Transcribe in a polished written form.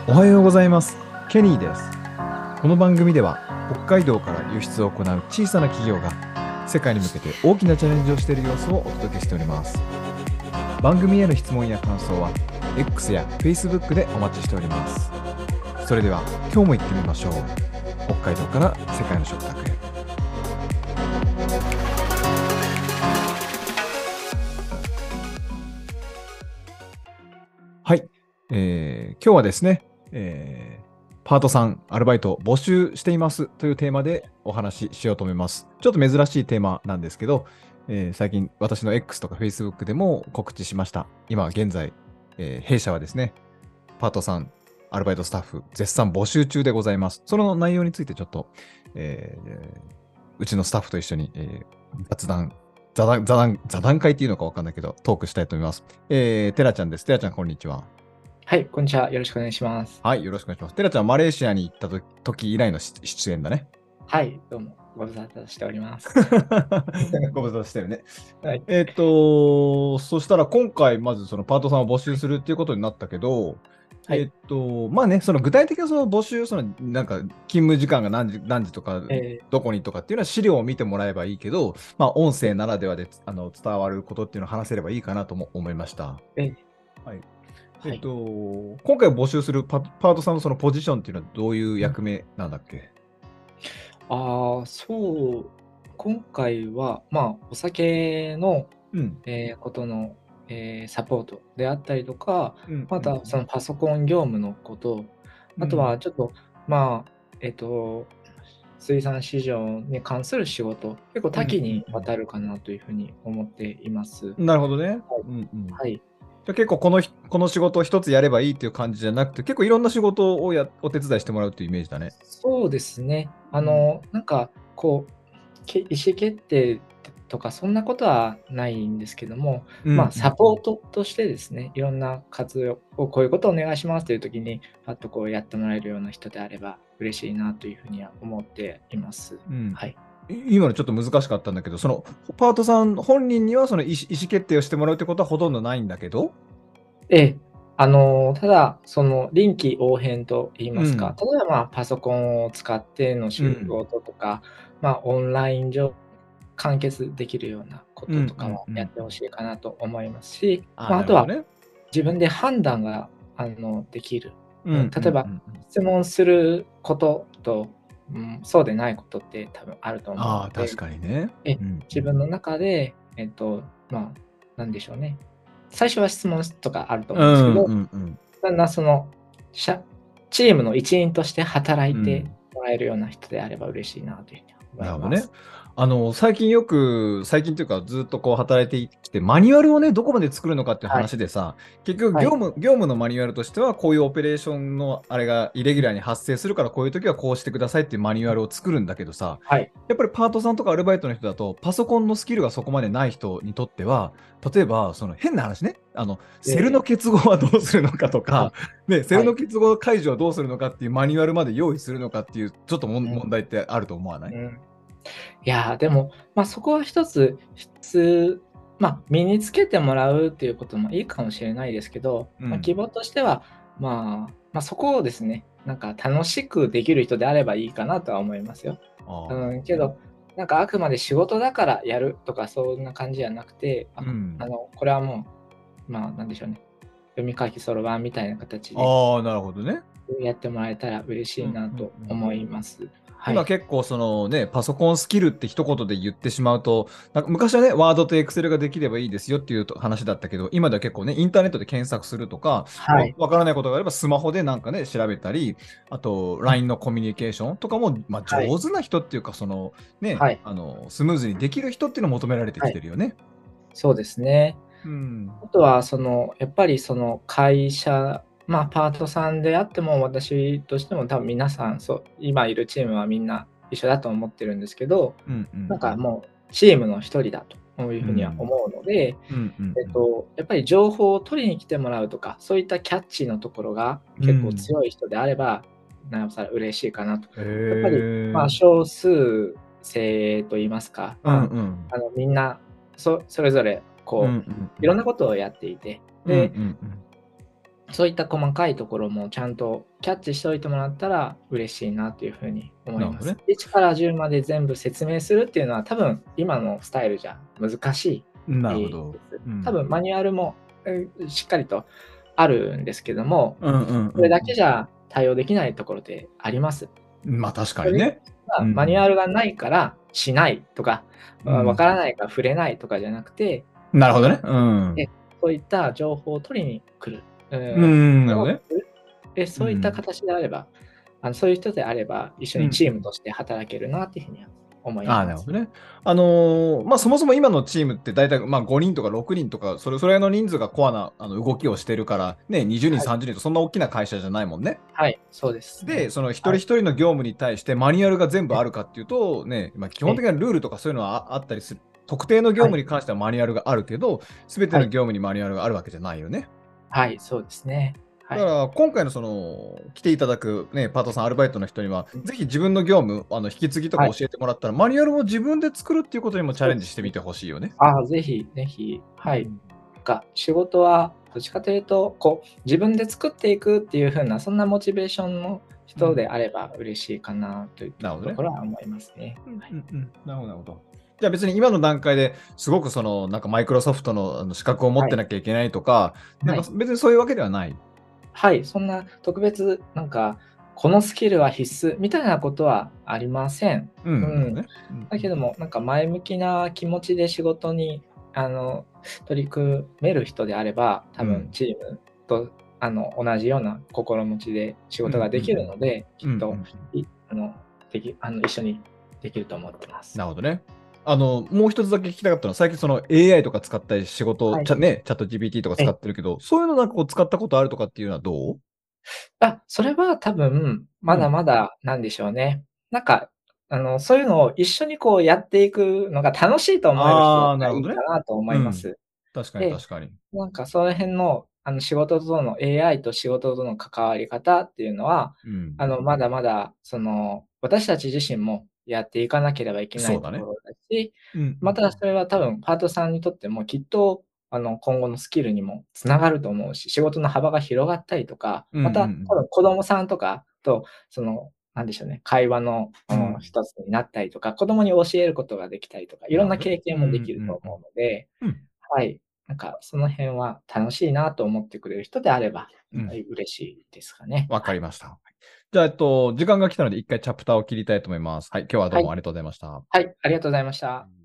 おはようございます。ケニーです。この番組では北海道から輸出を行う小さな企業が世界に向けて大きなチャレンジをしている様子をお届けしております。番組への質問や感想は X や Facebook でお待ちしております。それでは今日も行ってみましょう。北海道から世界の食卓へ。はい、今日はですね、パート3アルバイト募集していますというテーマでお話ししようと思います。ちょっと珍しいテーマなんですけど、最近私の X とか Facebook でも告知しました。今現在、弊社はですね、パート3アルバイトスタッフ絶賛募集中でございます。その内容についてちょっと、うちのスタッフと一緒に、座談会っていうのかわかんないけど、トークしたいと思います。テラちゃんです。テラちゃん、こんにちは。 はい、こんにちは。よろしくお願いします。 はい、よろしくお願いします。テラちゃん、マレーシアに行った時以来の出演だね。 はい、どうもご無沙汰しております。 ご無沙汰してるね。 はい。 そしたら今回、まずそのパートさんを募集するっていうことになったけど、 はい。 まあね、その具体的なその募集、そのなんか勤務時間が何時とか、 えどこにとかっていうのは資料を見てもらえばいいけど、まあ音声ならではで伝わることっていうのを話せればいいかなとも思いました。 ー、えはい。 はい。 今回募集するパートさんのそのポジションっていうのはどういううん。 役目なんだっけ？ そう、今回は、お酒の、 うん。 ことの、サポートであったりとか、 うんまたそのパソコン業務のこと、あとうん。 はちょっと、まあ、えっと、水産市場に関する仕事、結構うん多岐うんうん。 にわたるかなというふうに思っています。 なるほどね。 はい。 うんうん。じはい。 ゃ、結構この仕事を一つやればいいっていう感じじゃなくて、結構いろんな仕事をお手伝いしてもらうっていうイメージだね。 そうですね。 うん。 なんかこう、意思決定とかそんなことはないんですけども、 うんうサんうん。 ポートとしてですね、いろんな活用をこういうことをお願いしますという時に、パッとこうやってもらえるような人であれば嬉しいなというふうには思っています。 うん。 はい。 今のちょっと難しかったんだけど、そのパートさん本人にはその意思決定をしてもらうってことはほとんどないんだけど。 ええ。ただ、その臨機応変と言いますか、 うん。 例えば、パソコンを使っての仕うん。 事とか、オンライン上完結できるようなこうんととかうんうんはやってうん。 欲しいかなと思いますし、 ああ、 あとはなるほどね。 自分で判断が、できる。 うんうん例えばうんうん。 質問することと、そうでないことって多分あると思うああ、 ので、 確かにね。うんうん。 自分の中で、なんでしょうね、最初は質問とかあるとうん思うんですけど、 うんうん。 だんだんその、チームの一員として働いてうん。 もらえるような人であれば嬉しいなというふうに思なるほどね。 います。 最近っていうかずっとこう働いてきて、マニュアルをね、どこまで作るのかっていうはい、 話でさ、結局はい、 業務のマニュアルとしては、こういうオペレーションのあれがイレギュラーに発生するから、こういう時はこうしてくださいっていうマニュアルを作るんだけどさ、 はい、 やっぱりパートさんとかアルバイトの人だと、パソコンのスキルがそこまでない人にとっては、例えば、その変な話ね、セルのえ結合はどうするのかとか、ね、セルのはい。 結合解除はどうするのかっていうマニュアルまで用意するのかっていう、ちょっとうん、 問題ってあると思わない？ うん。いや、でも、そこは一つ、身につけてもらうっていうこともいいかもしれないですけど、 うん。 希望としては、そこをですね、なんか楽しくできる人であればいいかなとは思いますよ。 ああ、なるほどね。 けど、なんかあくまで仕事だからやるとかそんな感じじゃなくて、 うん。 これはもう、なんでしょうね、読み書きそろばんみたいな形でああ、なるほどね。 やってもらえたら嬉しいうんなうんうん。 と思います。はい。 今結構そのね、パソコンスキルって一言で言ってしまうと、なんか昔はね、ワードとエクセルができればいいですよっていう話だったけど、今では結構ね、インターネットで検索するとか、 はい。 わからないことがあればスマホでなんかね、調べたり、あとうん。 LINE のコミュニケーションとかも、まあ、 はい。 上手な人っていうか、そのね、 はい。 スムーズにできる人っていうのを求められてはい。 きてるよね。 そうですね。 うん。 あとはやっぱりその会社、パートさんであっても、私としても多分皆さん、今いるチームはみんな一緒だと思ってるんですけど、 うんうんなんうん。 かもうチームの一人だというふうにはうん。 思うので、 うんうんうん。 やっぱり情報を取りに来てもらうとか、そういったキャッチのところがう結構ん。 強い人であれば、なおさら嬉しいかなと。 へやっぱり、 え。 少数精鋭と言いますか、 うんうん。 みんな、それぞれうんうこう、 んうん。 いろんなことをやっていて、 うんうんで、 うん。 そういった細かいところもちゃんとキャッチしておいてもらったら嬉しいなというふうに思います。 なるほどね。 1から10まで全部説明するっていうのは多分今のスタイルじゃ難しいでなるほど。 す。 うん。 多分マニュアルも、しっかりとあるんですけども、 うんうんそれだうんけじゃ対応できないところであります。 うん。まあ確かそれにね。うがマニュん。 アルがないからしないとか、わうん。 からないから触れないとかじゃなくて、 なるほどね。 あの、 うん。 そういった情報を取りに来る、 うん、なるほどね。 をする。で、そういったうん。 形であれば、そういう人であれば、一緒うん。 にチームとして働けるなっていうふうには思いああ、なます。 るほどね。まあ、そもそも今のチームって大体、まあ、5人とか6人とか、それの人数がコアな動きをしてるから、ね、20人、 はい、 30人とそんな大きな会社じゃないもんね。 はい、そうですで、 ね。 その一人はい。 一人の業務に対してマニュアルが全部えあるかっていうと、ね、まあ、基本え、 的なルールとかそういうのはあったりする。特定の業はい、 務に関してはマニュアルがあるけど、すべてはい、 の業務にマニュアルがあるわけじゃないよね。 はい、そうですね。はい。 だから今回の来ていただくね、パートさん、アルバイトの人には、 うん、 ぜひ自分の業務、引き継ぎとかはい、 教えてもらったら、マニュアルを自分で作るっていうことにもチャレンジそうですね。 してみてほしいよね。 ぜひぜひ、はい。 うん。 仕事はどっちかというと、自分で作っていくっていう風な、そんなモチベーションのうん。 人であれば嬉しいかなといったなるほどね。 ところは思いますね。 うんはい。 うんうん。なるほどなるほど。じゃあ別に今の段階ですごくなんかマイクロソフトの資格を持っはい。 てなきゃいけないとか、なんかはい。 別にそういうわけではない。 はい、そんな特別なんか、このスキルは必須みたいなことはありません。 うん、なるほうん。 どね。うんうん。 だけども、なんか前向きな気持ちで仕事に、取り組める人であれば、多分うん。 チームと、同じような心持ちで仕うん事ができるうんうん。 ので、きうんうんうっと、 ん。 いあの、できあの、一緒にできると思ってます。 なるほどね。もう一つだけ聞きたかったのは、最近AI とか使ったり仕事、 はい。 チャット GPT とか使えってるけど、そういうのなんか使ったことあるとかっていうのはどう？ それは多分、まだうん。 まだなんでしょうね。なんか、そういうのを一緒にやっていくのが楽しいと思える人がああ、なるほどね。 いいかなと思うん。 います。 確かにで、 確かに。 なんかその辺の、仕事との AI と仕事との関わり方っていうのは、 うん。 まだまだ、私たち自身もやっていかなければいけなそうだね。 いところだし、 うんうんうん。 またそれは多分パートさんにとってもきっと、今後のスキルにも繋がると思うし、仕事の幅が広がったりとか、 うんうんうまた多ん。 分子供さんとかと、なんでしょうね、会話の、 うん。 一つになったりとか、子供に教えることができたりとか、いろんななるほどね。 経験もでうんきると思ううんうん。 ので、 うん。 はい。なんかその辺は楽しいなと思ってくれる人であれば、 うん。 嬉しいですかね。 わはい。 かりました。じゃあ、時間が来たので一回チャプターを切りたいと思います。はい、今日はどうはい。 もありがとうございました。 はい、ありがとうございました。